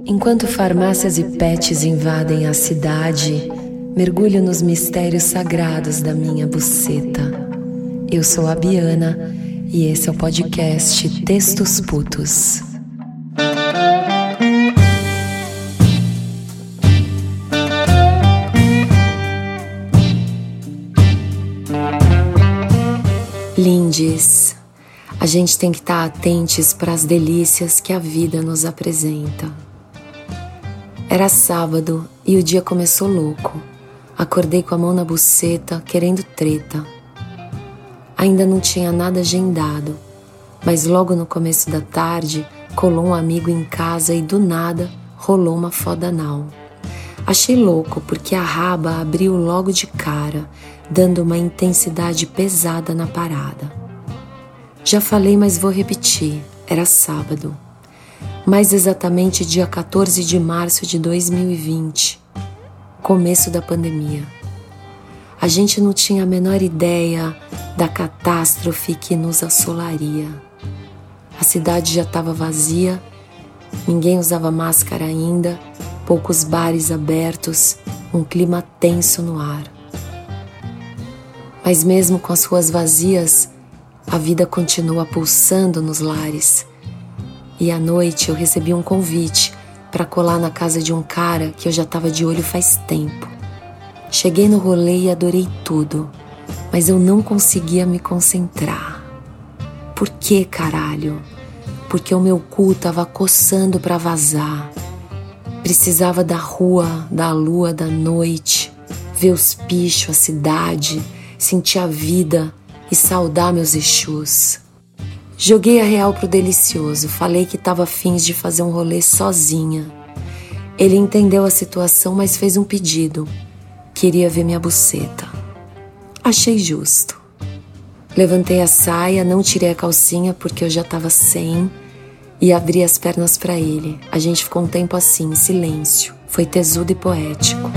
Enquanto farmácias e pets invadem a cidade, mergulho nos mistérios sagrados da minha buceta. Eu sou a Biana e esse é o podcast Textos Putos. Lindes, a gente tem que estar atentos para as delícias que a vida nos apresenta. Era sábado e o dia começou louco. Acordei com a mão na buceta, querendo treta. Ainda não tinha nada agendado, mas logo no começo da tarde colou um amigo em casa e do nada rolou uma foda anal. Achei louco porque a raba abriu logo de cara, dando uma intensidade pesada na parada. Já falei, mas vou repetir, era sábado. Mais exatamente dia 14 de março de 2020, começo da pandemia. A gente não tinha a menor ideia da catástrofe que nos assolaria. A cidade já estava vazia, ninguém usava máscara ainda, poucos bares abertos, um clima tenso no ar. Mas mesmo com as ruas vazias, a vida continua pulsando nos lares. E à noite eu recebi um convite para colar na casa de um cara que eu já estava de olho faz tempo. Cheguei no rolê e adorei tudo, mas eu não conseguia me concentrar. Por que, caralho? Porque o meu cu tava coçando para vazar. Precisava da rua, da lua, da noite, ver os bichos, a cidade, sentir a vida e saudar meus exus. Joguei a real pro delicioso, falei que tava afins de fazer um rolê sozinha. Ele entendeu a situação, mas fez um pedido. Queria ver minha buceta. Achei justo. Levantei a saia, não tirei a calcinha porque eu já tava sem e abri as pernas pra ele. A gente ficou um tempo assim, em silêncio. Foi tesudo e poético.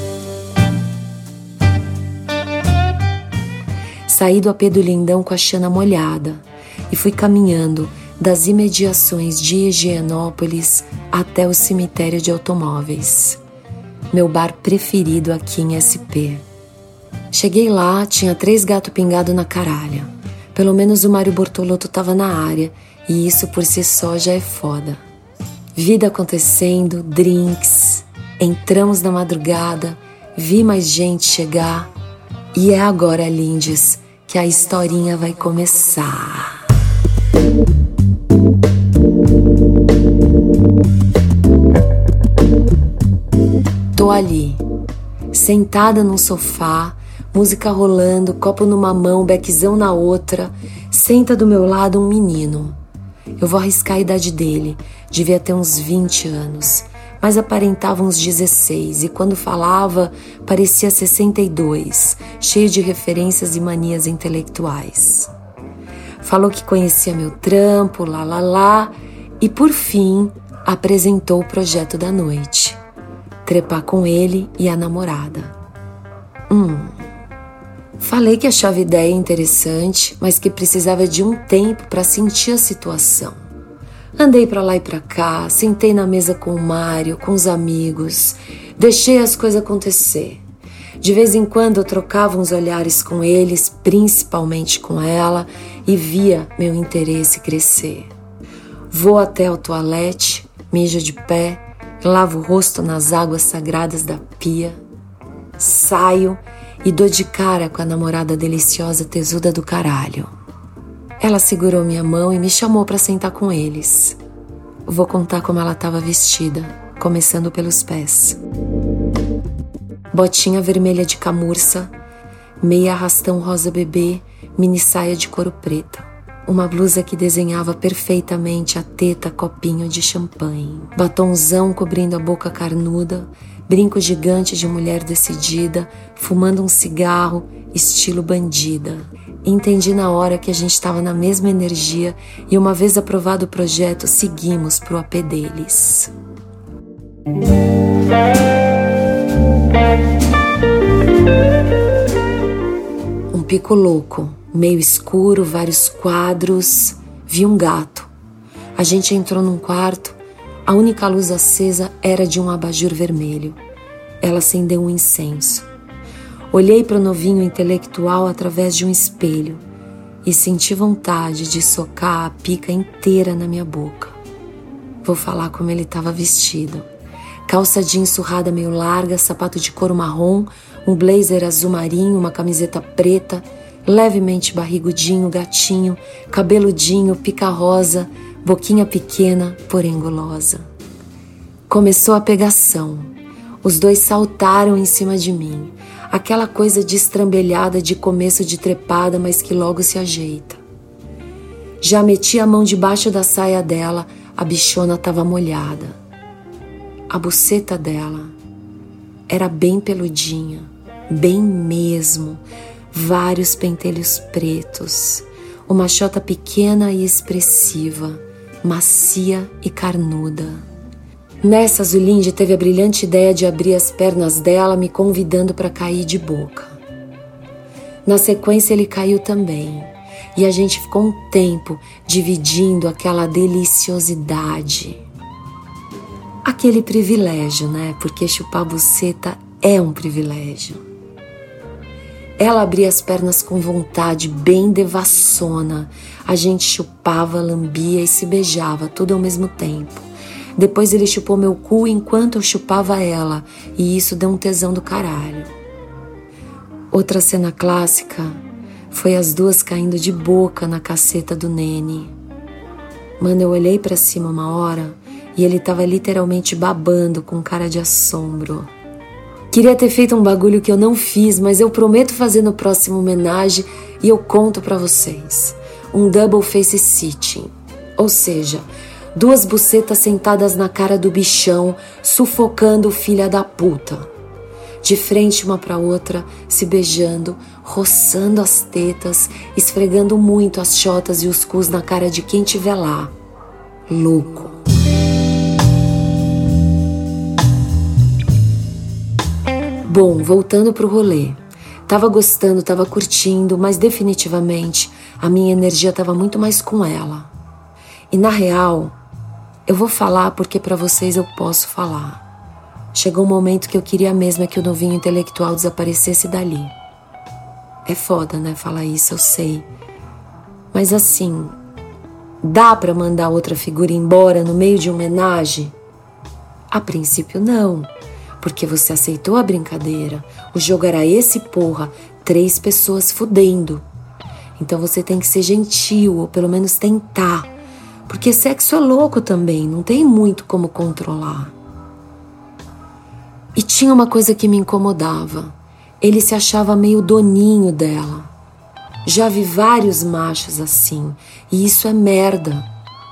Saí do AP do Lindão com a chana molhada e fui caminhando das imediações de Higienópolis até o cemitério de automóveis, meu bar preferido aqui em SP. Cheguei lá, tinha 3 gatos pingados na caralha. Pelo menos o Mário Bortolotto tava na área e isso por si só já é foda. Vida acontecendo, drinks, entramos na madrugada, vi mais gente chegar e é agora, lindes, que a historinha vai começar. Tô ali, sentada num sofá, música rolando, copo numa mão, bequizão na outra. Senta do meu lado um menino. Eu vou arriscar a idade dele, devia ter uns 20 anos, mas aparentava uns 16 e quando falava parecia 62, cheio de referências e manias intelectuais. Falou que conhecia meu trampo, e por fim apresentou o projeto da noite. Trepar com ele e a namorada. Falei que achava a ideia interessante, mas que precisava de um tempo para sentir a situação. Andei pra lá e pra cá, sentei na mesa com o Mário, com os amigos, deixei as coisas acontecer. De vez em quando eu trocava uns olhares com eles, principalmente com ela, e via meu interesse crescer. Vou até o toalete, mijo de pé, lavo o rosto nas águas sagradas da pia, saio e dou de cara com a namorada deliciosa tesuda do caralho. Ela segurou minha mão e me chamou para sentar com eles. Vou contar como ela estava vestida, começando pelos pés. Botinha vermelha de camurça, meia arrastão rosa bebê, mini saia de couro preta. Uma blusa que desenhava perfeitamente a teta copinho de champanhe. Batonzão cobrindo a boca carnuda, brinco gigante de mulher decidida, fumando um cigarro, estilo bandida. Entendi na hora que a gente estava na mesma energia e uma vez aprovado o projeto, seguimos pro AP deles. Um pico louco, meio escuro, vários quadros, vi um gato. A gente entrou num quarto, A única luz acesa era de um abajur vermelho. Ela acendeu um incenso. Olhei para o novinho intelectual através de um espelho e senti vontade de socar a pica inteira na minha boca. Vou falar como ele estava vestido. Calça jeans surrada meio larga, sapato de couro marrom, um blazer azul marinho, uma camiseta preta, levemente barrigudinho, gatinho, cabeludinho, pica rosa, boquinha pequena, porém gulosa. Começou a pegação. Os dois saltaram em cima de mim. Aquela coisa destrambelhada de começo de trepada, mas que logo se ajeita. Já meti a mão debaixo da saia dela, a bichona estava molhada. A buceta dela era bem peludinha, bem mesmo, vários pentelhos pretos, uma chota pequena e expressiva, macia e carnuda. Nessa, Zulinde teve a brilhante ideia de abrir as pernas dela, me convidando para cair de boca. Na sequência, ele caiu também, e a gente ficou um tempo dividindo aquela deliciosidade. Aquele privilégio, né? Porque chupar buceta é um privilégio. Ela abria as pernas com vontade, bem devassona. A gente chupava, lambia e se beijava, tudo ao mesmo tempo. Depois ele chupou meu cu enquanto eu chupava ela, e isso deu um tesão do caralho. Outra cena clássica foi as duas caindo de boca na caceta do Nene. Mano, eu olhei pra cima uma hora e ele tava literalmente babando com cara de assombro. Queria ter feito um bagulho que eu não fiz, mas eu prometo fazer no próximo homenagem e eu conto pra vocês. Um double face sitting, ou seja, duas bucetas sentadas na cara do bichão, sufocando o filha da puta. De frente uma pra outra, se beijando, roçando as tetas, esfregando muito as chotas e os cus na cara de quem tiver lá. Louco. Bom, voltando pro rolê. Tava gostando, tava curtindo, mas definitivamente a minha energia tava muito mais com ela. E na real, eu vou falar porque pra vocês eu posso falar. Chegou um momento que eu queria mesmo que o novinho intelectual desaparecesse dali. É foda, né, falar isso, eu sei. Mas assim, dá pra mandar outra figura embora no meio de uma homenagem? A princípio não, porque você aceitou a brincadeira. O jogo era esse, porra, 3 pessoas fudendo. Então você tem que ser gentil, ou pelo menos tentar. Porque sexo é louco também, não tem muito como controlar. E tinha uma coisa que me incomodava. Ele se achava meio doninho dela. Já vi vários machos assim, e isso é merda.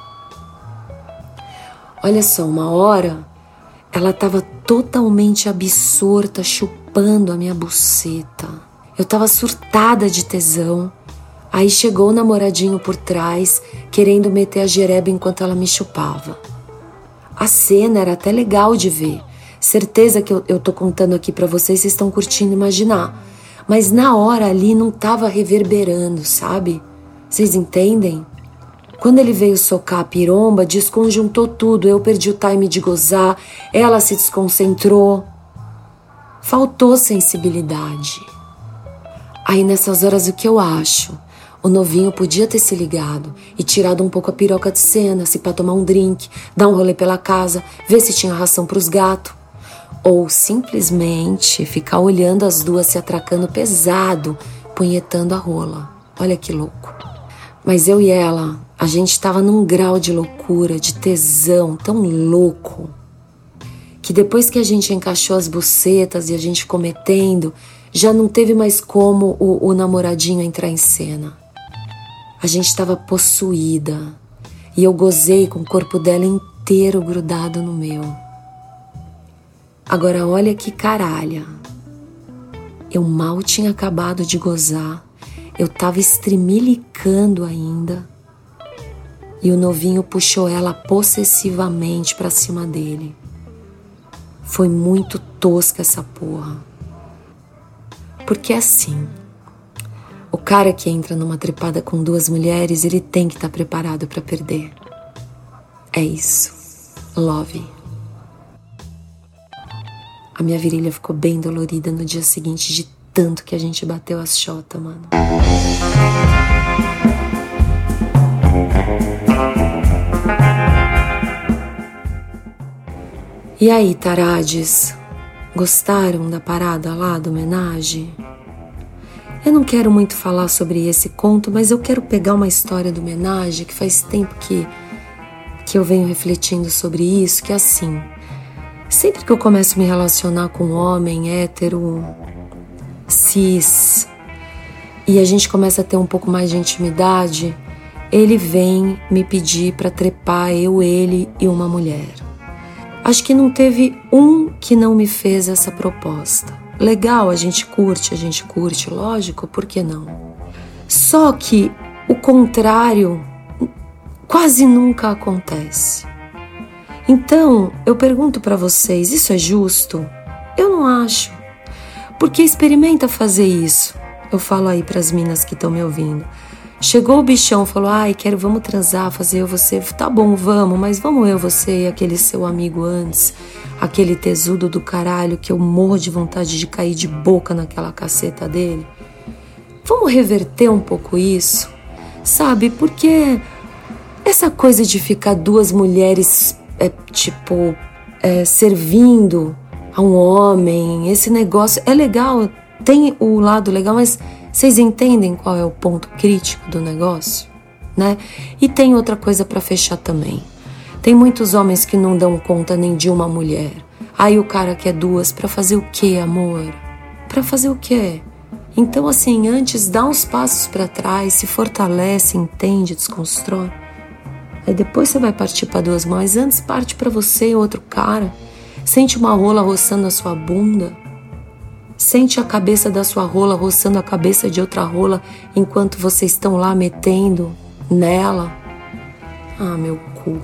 Olha só, uma hora, ela estava totalmente absorta, chupando a minha buceta. Eu estava surtada de tesão. Aí chegou o namoradinho por trás, querendo meter a jereba enquanto ela me chupava. A cena era até legal de ver. Certeza que eu tô contando aqui pra vocês estão curtindo imaginar. Mas na hora ali não tava reverberando, sabe? Vocês entendem? Quando ele veio socar a piromba, desconjuntou tudo. Eu perdi o time de gozar, ela se desconcentrou. Faltou sensibilidade. Aí nessas horas o que eu acho? O novinho podia ter se ligado e tirado um pouco a piroca de cena, se pra tomar um drink, dar um rolê pela casa, ver se tinha ração pros gatos. Ou simplesmente ficar olhando as duas se atracando pesado, punhetando a rola. Olha que louco. Mas eu e ela, a gente tava num grau de loucura, de tesão tão louco, que depois que a gente encaixou as bucetas e a gente ficou metendo, já não teve mais como o namoradinho entrar em cena. A gente tava possuída e eu gozei com o corpo dela inteiro grudado no meu. Agora olha que caralha. Eu mal tinha acabado de gozar, eu tava estremilicando ainda e o novinho puxou ela possessivamente pra cima dele. Foi muito tosca essa porra. Porque assim, o cara que entra numa trepada com 2 mulheres, ele tem que estar preparado pra perder. É isso. Love. A minha virilha ficou bem dolorida no dia seguinte de tanto que a gente bateu as chotas, mano. E aí, tarades, gostaram da parada lá do homenagem? Eu não quero muito falar sobre esse conto, mas eu quero pegar uma história do homenagem que faz tempo que eu venho refletindo sobre isso, que é assim, sempre que eu começo a me relacionar com um homem hétero, cis, e a gente começa a ter um pouco mais de intimidade, ele vem me pedir pra trepar eu, ele e uma mulher. Acho que não teve um que não me fez essa proposta. Legal, a gente curte, lógico, por que não? Só que o contrário quase nunca acontece. Então, eu pergunto pra vocês, isso é justo? Eu não acho. Porque experimenta fazer isso. Eu falo aí pras minas que estão me ouvindo. Chegou o bichão, falou, vamos transar, fazer eu, você. Tá bom, vamos, mas vamos eu, você e aquele seu amigo antes. Aquele tesudo do caralho que eu morro de vontade de cair de boca naquela caceta dele. Vamos reverter um pouco isso, sabe? Porque essa coisa de ficar duas mulheres, servindo a um homem, esse negócio é legal, tem o lado legal, mas vocês entendem qual é o ponto crítico do negócio, né? E tem outra coisa pra fechar também. Tem muitos homens que não dão conta nem de uma mulher. Aí o cara quer duas pra fazer o quê, amor? Pra fazer o quê? Então, assim, antes dá uns passos pra trás, se fortalece, entende, desconstrói. Aí depois você vai partir pra duas mãos, mas antes parte pra você e outro cara. Sente uma rola roçando a sua bunda. Sente a cabeça da sua rola roçando a cabeça de outra rola enquanto vocês estão lá metendo nela. Ah, meu cu.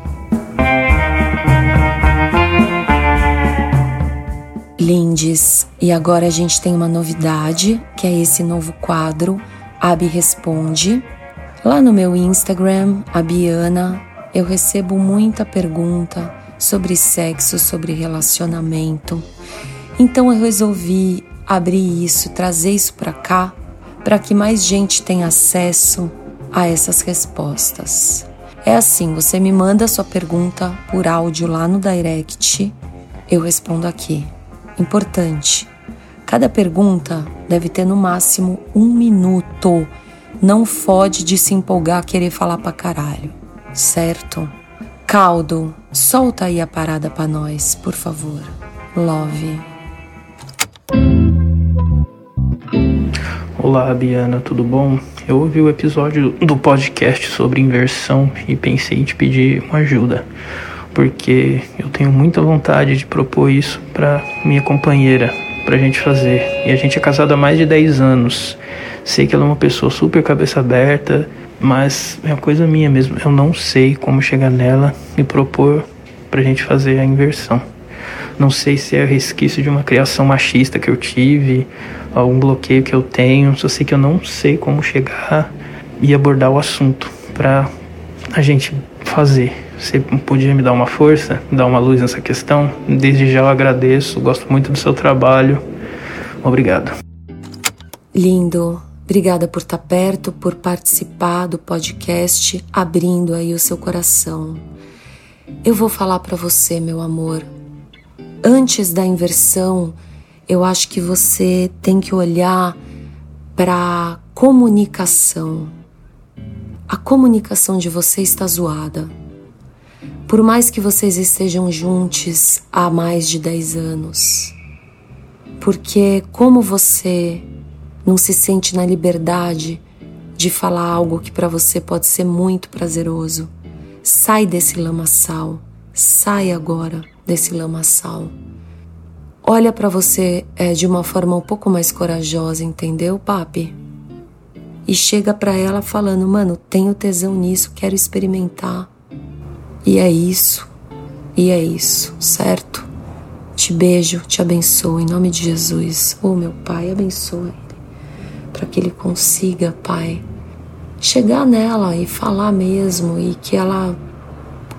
Lindes, e agora a gente tem uma novidade, que é esse novo quadro, Abi Responde. Lá no meu Instagram, Abiana, eu recebo muita pergunta sobre sexo, sobre relacionamento. Então eu resolvi abrir isso, trazer isso pra cá, para que mais gente tenha acesso a essas respostas. É assim, você me manda sua pergunta por áudio lá no direct, eu respondo aqui. Importante, cada pergunta deve ter no máximo 1 minuto. Não fode de se empolgar, querer falar pra caralho, certo? Caldo, solta aí a parada pra nós, por favor. Love. Olá, Biana, tudo bom? Eu ouvi o episódio do podcast sobre inversão e pensei em te pedir uma ajuda, porque eu tenho muita vontade de propor isso pra minha companheira, pra gente fazer. E a gente é casado há mais de 10 anos. Sei que ela é uma pessoa super cabeça aberta, mas é uma coisa minha mesmo. Eu não sei como chegar nela e propor pra gente fazer a inversão. Não sei se é resquício de uma criação machista que eu tive, algum bloqueio que eu tenho. Só sei que eu não sei como chegar e abordar o assunto pra a gente fazer. Você podia me dar uma força, dar uma luz nessa questão? Desde já eu agradeço, gosto muito do seu trabalho. Obrigado. Lindo. Obrigada por estar perto, por participar do podcast, abrindo aí o seu coração. Eu vou falar pra você, meu amor. Antes da inversão, eu acho que você tem que olhar pra comunicação. A comunicação de vocês está zoada. Por mais que vocês estejam juntos há mais de 10 anos. Porque como você não se sente na liberdade de falar algo que para você pode ser muito prazeroso, sai desse lamaçal. Sai agora desse lamaçal. Olha para você de uma forma um pouco mais corajosa, entendeu, papi? E chega pra ela falando, mano, tenho tesão nisso, quero experimentar. E é isso, certo? Te beijo, te abençoo, em nome de Jesus. Oh, meu Pai, abençoa ele, para que ele consiga, Pai, chegar nela e falar mesmo, e que ela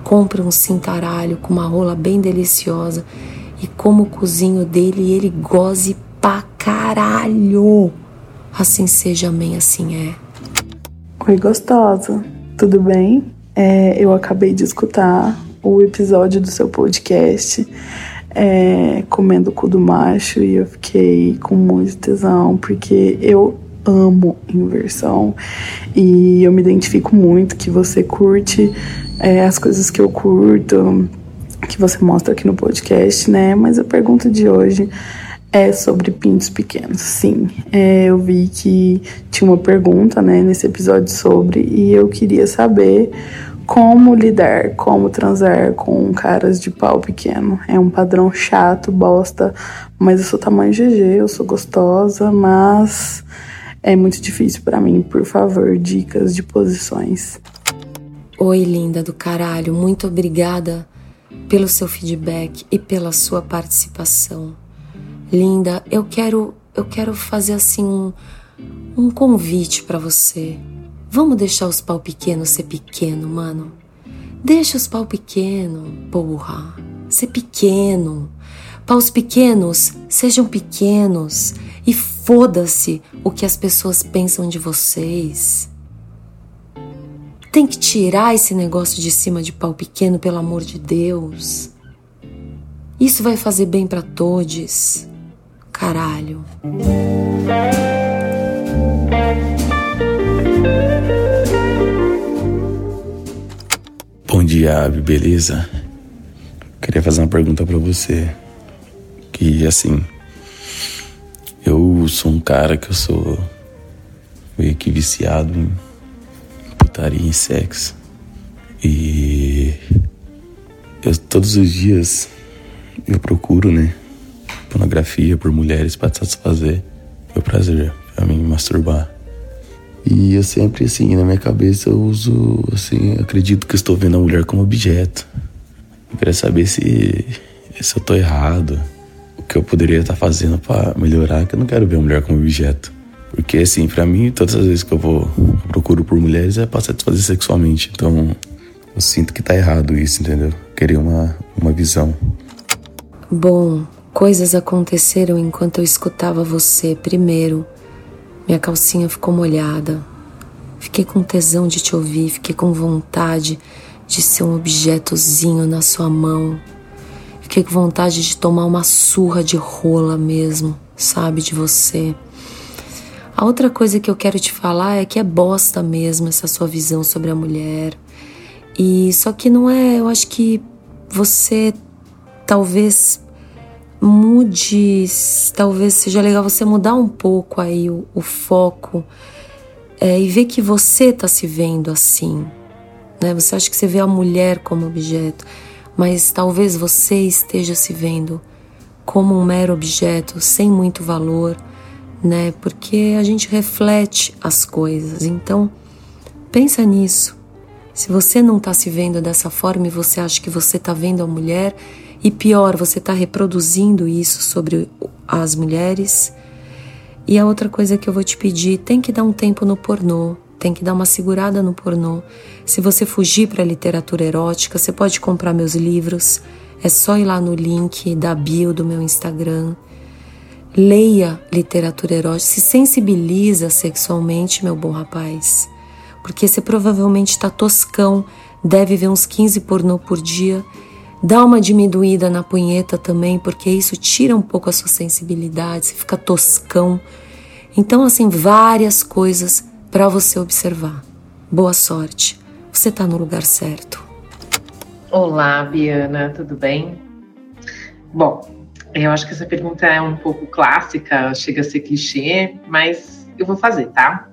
compre um cintaralho com uma rola bem deliciosa e coma o cozinho dele e ele goze pra caralho. Assim seja, amém, assim é. Oi, gostosa, tudo bem? Eu acabei de escutar o episódio do seu podcast, Comendo o Cu do Macho, e eu fiquei com muito tesão, porque eu amo inversão e eu me identifico muito que você curte as coisas que eu curto, que você mostra aqui no podcast, né? Mas a pergunta de hoje é sobre pintos pequenos. Sim, eu vi que tinha uma pergunta, né, nesse episódio sobre, e eu queria saber como lidar, como transar com caras de pau pequeno. É um padrão chato, bosta, mas eu sou tamanho GG, eu sou gostosa, mas é muito difícil pra mim. Por favor, dicas de posições. Oi, linda do caralho, muito obrigada pelo seu feedback e pela sua participação. Linda, eu quero fazer assim um convite pra você. Vamos deixar os pau pequenos ser pequeno, mano. Deixa os pau pequeno, porra. Ser pequeno. Paus pequenos, sejam pequenos. E foda-se o que as pessoas pensam de vocês. Tem que tirar esse negócio de cima de pau pequeno, pelo amor de Deus. Isso vai fazer bem pra todos. Caralho. Bom dia, Abi, beleza? Queria fazer uma pergunta pra você. Que, assim, eu sou um cara que eu sou meio que viciado em putaria, em sexo. E todos os dias eu procuro, né, pornografia por mulheres pra satisfazer meu prazer, pra me masturbar. E eu sempre, assim, na minha cabeça eu uso, assim, acredito que eu estou vendo a mulher como objeto. Eu queria saber se eu tô errado, o que eu poderia estar fazendo pra melhorar, que eu não quero ver a mulher como objeto. Porque, assim, pra mim, todas as vezes que eu procuro por mulheres é pra satisfazer sexualmente. Então, eu sinto que tá errado isso, entendeu? Eu queria uma visão. Bom, coisas aconteceram enquanto eu escutava você. Primeiro, minha calcinha ficou molhada. Fiquei com tesão de te ouvir, fiquei com vontade de ser um objetozinho na sua mão. Fiquei com vontade de tomar uma surra de rola mesmo, sabe, de você. A outra coisa que eu quero te falar é que é bosta mesmo essa sua visão sobre a mulher. E só que não é, eu acho que você talvez mude, talvez seja legal você mudar um pouco aí o foco e ver que você tá se vendo assim, né? Você acha que você vê a mulher como objeto, mas talvez você esteja se vendo como um mero objeto, sem muito valor, né? Porque a gente reflete as coisas, então pensa nisso. Se você não tá se vendo dessa forma e você acha que você tá vendo a mulher, e pior, você está reproduzindo isso sobre as mulheres. E a outra coisa que eu vou te pedir, tem que dar um tempo no pornô, tem que dar uma segurada no pornô. Se você fugir para a literatura erótica, você pode comprar meus livros, é só ir lá no link da bio do meu Instagram. Leia literatura erótica, se sensibiliza sexualmente, meu bom rapaz, porque você provavelmente está toscão, deve ver uns 15 pornô por dia. Dá uma diminuída na punheta também, porque isso tira um pouco a sua sensibilidade, você fica toscão. Então, assim, várias coisas para você observar. Boa sorte, você tá no lugar certo. Olá, Biana, tudo bem? Bom, eu acho que essa pergunta é um pouco clássica, chega a ser clichê, mas eu vou fazer, tá?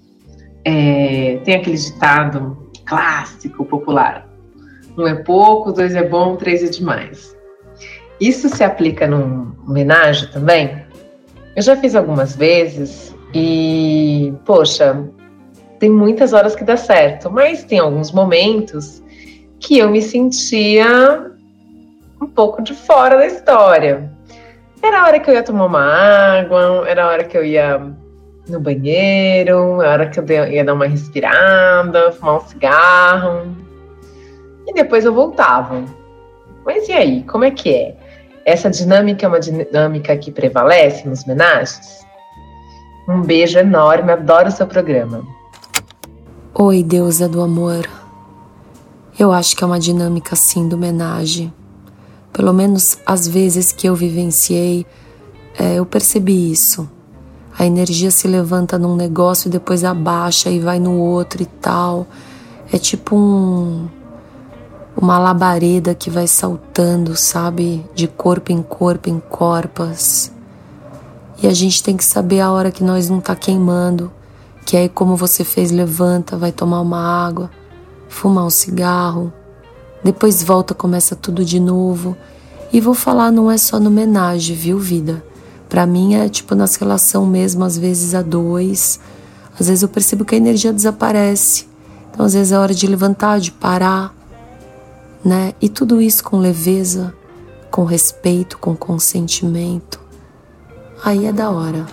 Tem aquele ditado clássico, popular: 1 é pouco, 2 é bom, 3 é demais. Isso se aplica num homenagem também? Eu já fiz algumas vezes e, poxa, tem muitas horas que dá certo, mas tem alguns momentos que eu me sentia um pouco de fora da história. Era a hora que eu ia tomar uma água, era a hora que eu ia no banheiro, era a hora que eu ia dar uma respirada, fumar um cigarro. e depois eu voltava. Mas e aí, como é que é? Essa dinâmica é uma dinâmica que prevalece nos homenagens? Um beijo enorme, adoro o seu programa. Oi, deusa do amor. Eu acho que é uma dinâmica sim do homenagem. Pelo menos as vezes que eu vivenciei, eu percebi isso. A energia se levanta num negócio e depois abaixa e vai no outro e tal. É tipo uma labareda que vai saltando, sabe? De corpo em corpas. E a gente tem que saber a hora que nós não tá queimando. Que aí, como você fez, levanta, vai tomar uma água, fumar um cigarro. Depois volta, começa tudo de novo. E vou falar, não é só no homenagem, viu, vida? Pra mim é tipo nas relações mesmo, às vezes a dois. Às vezes eu percebo que a energia desaparece. Então às vezes é hora de levantar, de parar, né? E tudo isso com leveza, com respeito, com consentimento. Aí é da hora.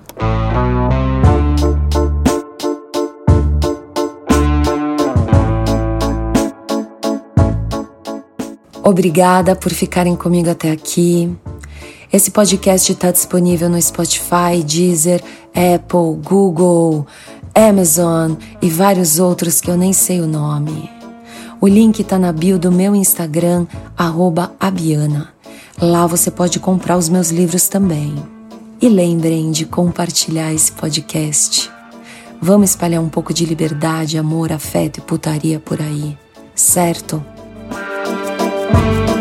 Obrigada por ficarem comigo até aqui. Esse podcast está disponível no Spotify, Deezer, Apple, Google, Amazon e vários outros que eu nem sei o nome. O link está na bio do meu Instagram, @abiana. Lá você pode comprar os meus livros também. E lembrem de compartilhar esse podcast. Vamos espalhar um pouco de liberdade, amor, afeto e putaria por aí, certo?